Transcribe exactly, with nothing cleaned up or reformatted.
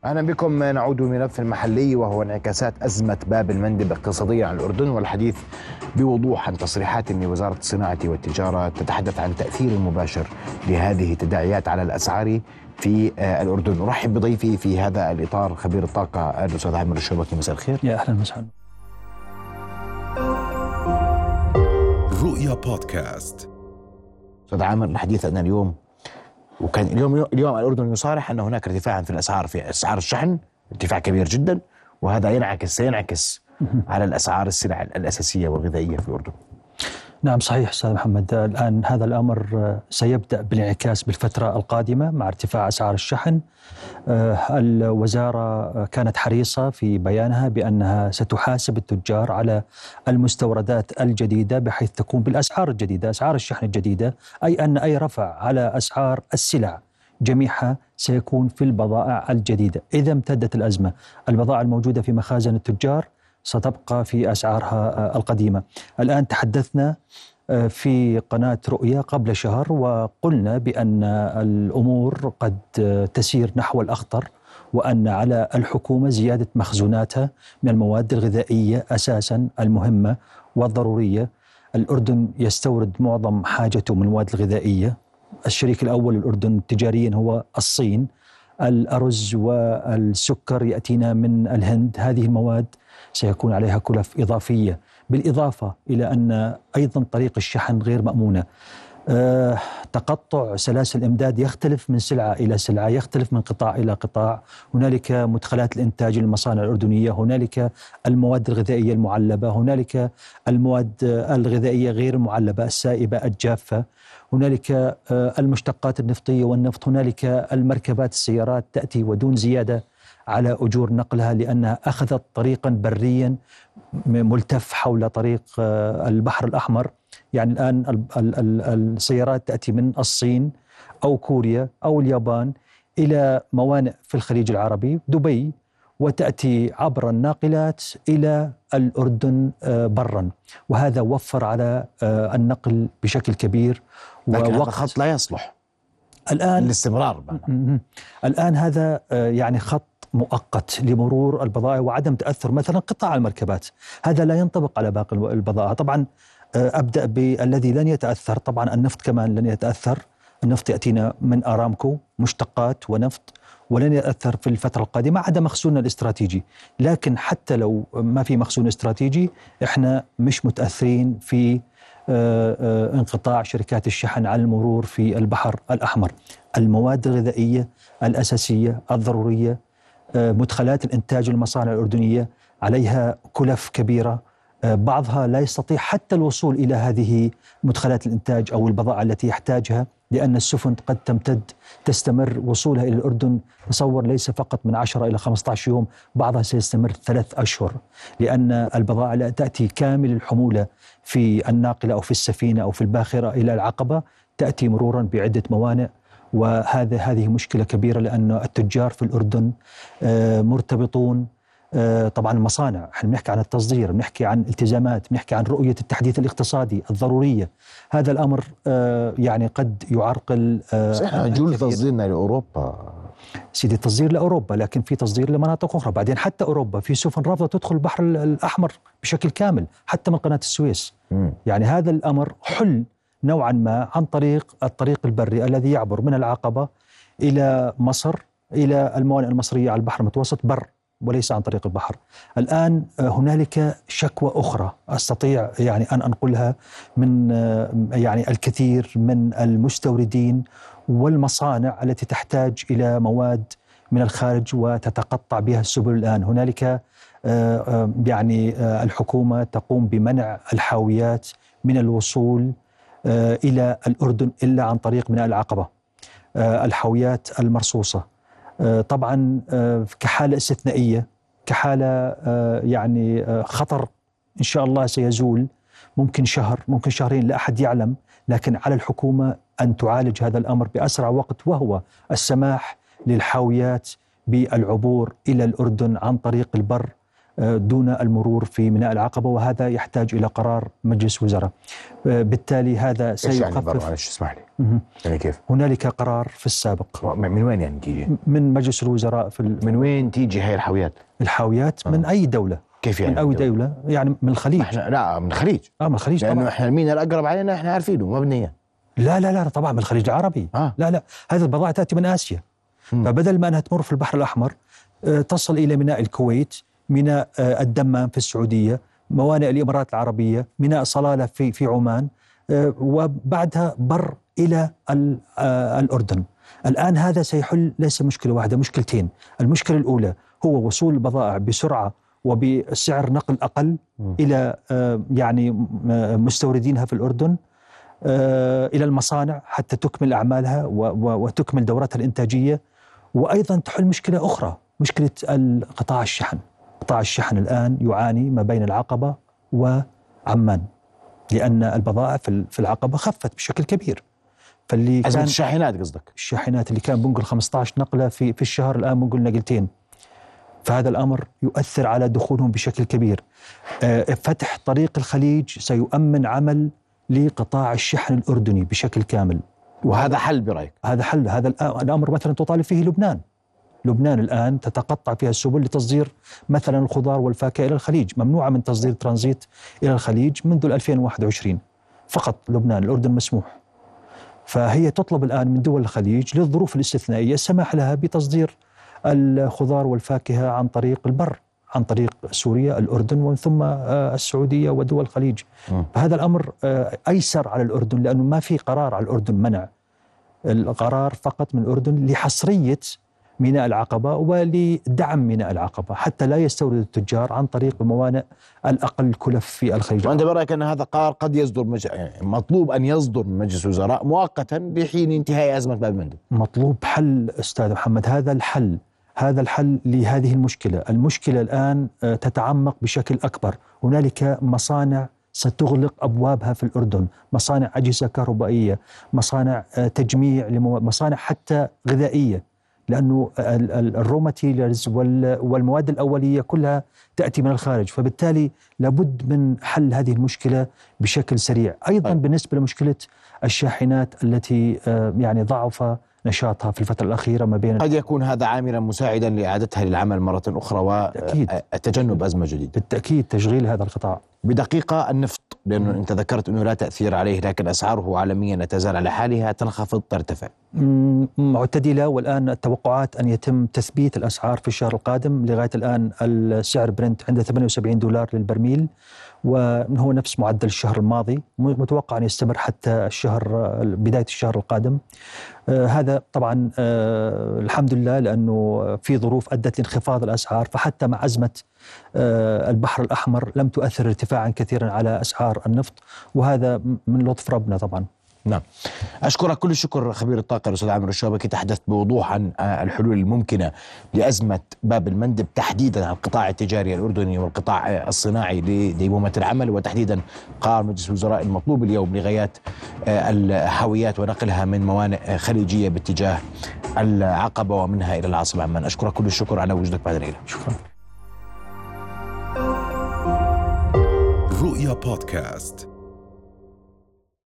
أهلا بكم. نعود للملف المحلي وهو انعكاسات أزمة باب المندب اقتصاديا على الأردن، والحديث بوضوح عن تصريحات لوزارة الصناعة والتجارة تتحدث عن تأثير المباشر لهذه التداعيات على الأسعار في الأردن. أرحب بضيفي في هذا الإطار خبير الطاقة الأستاذ عامر الشربكي. مساء الخير. يا أهلا وسهلا. رؤيا بودكاست. أستاذ عامر، الحديث عن اليوم وكان اليوم اليوم الأردن يصارح أن هناك ارتفاعا في الأسعار، في أسعار الشحن ارتفاع كبير جدا، وهذا ينعكس سينعكس على الأسعار السلع الأساسية والغذائية في الأردن. نعم صحيح أستاذ محمد. الآن هذا الأمر سيبدأ بالانعكاس بالفترة القادمة مع ارتفاع أسعار الشحن. الوزارة كانت حريصة في بيانها بأنها ستحاسب التجار على المستوردات الجديدة بحيث تكون بالأسعار الجديدة، أسعار الشحن الجديدة، أي أن أي رفع على أسعار السلع جميعها سيكون في البضائع الجديدة. إذا امتدت الأزمة، البضائع الموجودة في مخازن التجار ستبقى في أسعارها القديمة. الآن تحدثنا في قناة رؤيا قبل شهر وقلنا بأن الأمور قد تسير نحو الأخطر، وأن على الحكومة زيادة مخزوناتها من المواد الغذائية أساسا المهمة والضرورية. الأردن يستورد معظم حاجته من المواد الغذائية. الشريك الأول للأردن تجاريا هو الصين. الأرز والسكر يأتينا من الهند. هذه المواد سيكون عليها كلف إضافية، بالإضافة إلى أن أيضا طريق الشحن غير مأمونة. أه تقطع سلاسل الإمداد يختلف من سلعة إلى سلعة، يختلف من قطاع إلى قطاع. هنالك مدخلات الإنتاج للمصانع الأردنية، هنالك المواد الغذائية المعلبة، هنالك المواد الغذائية غير المعلبة السائبة الجافة، هنالك المشتقات النفطية والنفط، هنالك المركبات السيارات تأتي ودون زيادة على أجور نقلها لأنها أخذت طريقا بريا ملتف حول طريق البحر الأحمر. يعني الآن السيارات تأتي من الصين أو كوريا أو اليابان إلى موانئ في الخليج العربي دبي، وتأتي عبر الناقلات إلى الأردن برا، وهذا وفر على النقل بشكل كبير. لكن هذا خط لا يصلح الآن للاستمرار. الآن هذا يعني خط مؤقت لمرور البضائع وعدم تأثر مثلا قطاع المركبات. هذا لا ينطبق على باقي البضائع. طبعا أبدأ بالذي لن يتأثر. طبعا النفط كمان لن يتأثر. النفط يأتينا من أرامكو، مشتقات ونفط، ولن يتأثر في الفترة القادمة عدا مخزوننا الاستراتيجي. لكن حتى لو ما في مخزون استراتيجي، احنا مش متأثرين في انقطاع شركات الشحن عن المرور في البحر الأحمر. المواد الغذائية الأساسية الضرورية، مدخلات الإنتاج المصانع الأردنية عليها كلف كبيرة، بعضها لا يستطيع حتى الوصول إلى هذه مدخلات الإنتاج أو البضائع التي يحتاجها، لأن السفن قد تمتد تستمر وصولها إلى الأردن. تصور ليس فقط من عشرة إلى خمسة عشر يوم، بعضها سيستمر ثلاث أشهر، لأن البضائع لا تأتي كامل الحمولة في الناقلة أو في السفينة أو في الباخرة إلى العقبة، تأتي مرورا بعدة موانئ. وهذا هذه مشكلة كبيرة، لأن التجار في الأردن مرتبطون. طبعا المصانع، احنا بنحكي عن التصدير، بنحكي عن التزامات، بنحكي عن رؤية التحديث الاقتصادي الضرورية. هذا الأمر يعني قد يعرقل. احنا نجول تصديرنا لأوروبا سيدي، تصدير لأوروبا، لكن في تصدير لمناطق أخرى. بعدين حتى أوروبا في سفن رافضة تدخل البحر الأحمر بشكل كامل، حتى من قناة السويس. م. يعني هذا الأمر حل نوعا ما عن طريق الطريق البري الذي يعبر من العقبة إلى مصر، إلى الموانئ المصرية على البحر المتوسط بر، وليس عن طريق البحر. الآن هنالك شكوى أخرى أستطيع يعني أن أنقلها من يعني الكثير من المستوردين والمصانع التي تحتاج إلى مواد من الخارج وتتقطع بها السبل. الآن هنالك يعني الحكومة تقوم بمنع الحاويات من الوصول إلى الأردن إلا عن طريق ميناء العقبة، الحاويات المرصوصة. طبعا كحالة استثنائية، كحالة يعني خطر إن شاء الله سيزول، ممكن شهر، ممكن شهرين، لا أحد يعلم. لكن على الحكومة أن تعالج هذا الأمر بأسرع وقت، وهو السماح للحاويات بالعبور إلى الأردن عن طريق البر دون المرور في ميناء العقبة، وهذا يحتاج إلى قرار مجلس وزراء. بالتالي هذا سيخفف. يعني معلش اسمح لي، يعني كيف؟ هنالك قرار في السابق. من وين يعني تيجي؟ من مجلس الوزراء. في من وين تيجي هاي الحاويات؟ الحاويات من أي دولة. كيف يعني؟ من أي دولة؟ دولة يعني من الخليج. احنا لا من الخليج. اه من الخليج لأنه طبعا. احنا مين الأقرب علينا احنا عارفينه ما بدنا إياه. لا لا لا طبعا من الخليج العربي. آه. لا لا هذه البضائع تأتي من آسيا. م. فبدل ما أنها تمر في البحر الأحمر تصل إلى ميناء الكويت، ميناء الدمام في السعودية، موانئ الإمارات العربية، ميناء صلالة في في عمان، وبعدها بر إلى الأردن. الآن هذا سيحل ليس مشكلة واحدة، مشكلتين. المشكلة الأولى هو وصول البضائع بسرعة وبسعر نقل أقل م. إلى يعني مستوردينها في الأردن، إلى المصانع حتى تكمل أعمالها وتكمل دوراتها الإنتاجية. وأيضا تحل مشكلة أخرى، مشكلة قطاع الشحن. قطاع الشحن الآن يعاني ما بين العقبة وعمان، لأن البضائع في العقبة خفت بشكل كبير. فاللي أزمة الشاحنات قصدك؟ الشاحنات اللي كان بنقل خمسة عشر نقلة في في الشهر الآن بنقل نقلتين. فهذا الأمر يؤثر على دخولهم بشكل كبير. فتح طريق الخليج سيؤمن عمل لقطاع الشحن الأردني بشكل كامل. وهذا حل برأيك؟ هذا حل. هذا الأمر مثلا تطالب فيه لبنان. لبنان الآن تتقطع فيها السبل لتصدير مثلا الخضار والفاكهة إلى الخليج، ممنوعة من تصدير ترانزيت إلى الخليج منذ ألفين وواحد وعشرين فقط. لبنان، الأردن مسموح. فهي تطلب الآن من دول الخليج للظروف الاستثنائية السماح لها بتصدير الخضار والفاكهة عن طريق البر، عن طريق سوريا، الأردن، ومن ثم السعودية ودول الخليج. م. فهذا الأمر أيسر على الأردن، لأنه ما في قرار على الأردن منع. القرار فقط من الأردن لحصرية ميناء العقبة ولدعم ميناء العقبة حتى لا يستورد التجار عن طريق الموانئ الأقل كلف في الخليج. وأنت برأيك أن هذا قرار قد يصدر مج... يعني مطلوب أن يصدر من مجلس الوزراء مؤقتا بحين انتهاء أزمة باب المندب؟ مطلوب حل أستاذ محمد. هذا الحل هذا الحل لهذه المشكلة. المشكلة الآن تتعمق بشكل أكبر. هنالك مصانع ستغلق أبوابها في الأردن، مصانع أجهزة كهربائية، مصانع تجميع، مصانع حتى غذائية، لأنه الرو ماتيريالز والمواد الأولية كلها تأتي من الخارج. فبالتالي لابد من حل هذه المشكلة بشكل سريع. أيضا أي. بالنسبة لمشكلة الشاحنات التي يعني ضعف نشاطها في الفترة الأخيرة ما بين، قد يكون هذا عاملا مساعدا لإعادتها للعمل مرة أخرى وتجنب أزمة جديدة. بالتأكيد تشغيل هذا القطاع. بدقيقة النفط، لأنه أنت ذكرت أنه لا تأثير عليه، لكن أسعاره عالميا لا تزال على حالها، تنخفض ترتفع معتدلة. والآن التوقعات أن يتم تثبيت الأسعار في الشهر القادم. لغاية الآن السعر برنت عند ثمانية وسبعين دولار للبرميل، وهو نفس معدل الشهر الماضي، متوقع أن يستمر حتى الشهر بداية الشهر القادم. آه هذا طبعا آه الحمد لله، لأنه في ظروف أدت لانخفاض الأسعار، فحتى مع أزمة آه البحر الأحمر لم تؤثر ارتفاعا كثيرا على أسعار النفط، وهذا من لطف ربنا طبعا. نعم، أشكرك كل الشكر خبير الطاقة الأستاذ عامر الشوبكي. تحدثت بوضوح عن الحلول الممكنة لأزمة باب المندب، تحديدا عن القطاع التجاري الأردني والقطاع الصناعي لديمومة العمل، وتحديدا قرار مجلس الوزراء المطلوب اليوم لغايات الحاويات ونقلها من موانئ خليجية باتجاه العقبة ومنها إلى العاصمة عمان. أشكرك كل الشكر على وجودك بعد الليلة. شكرا. رؤيا بودكاست.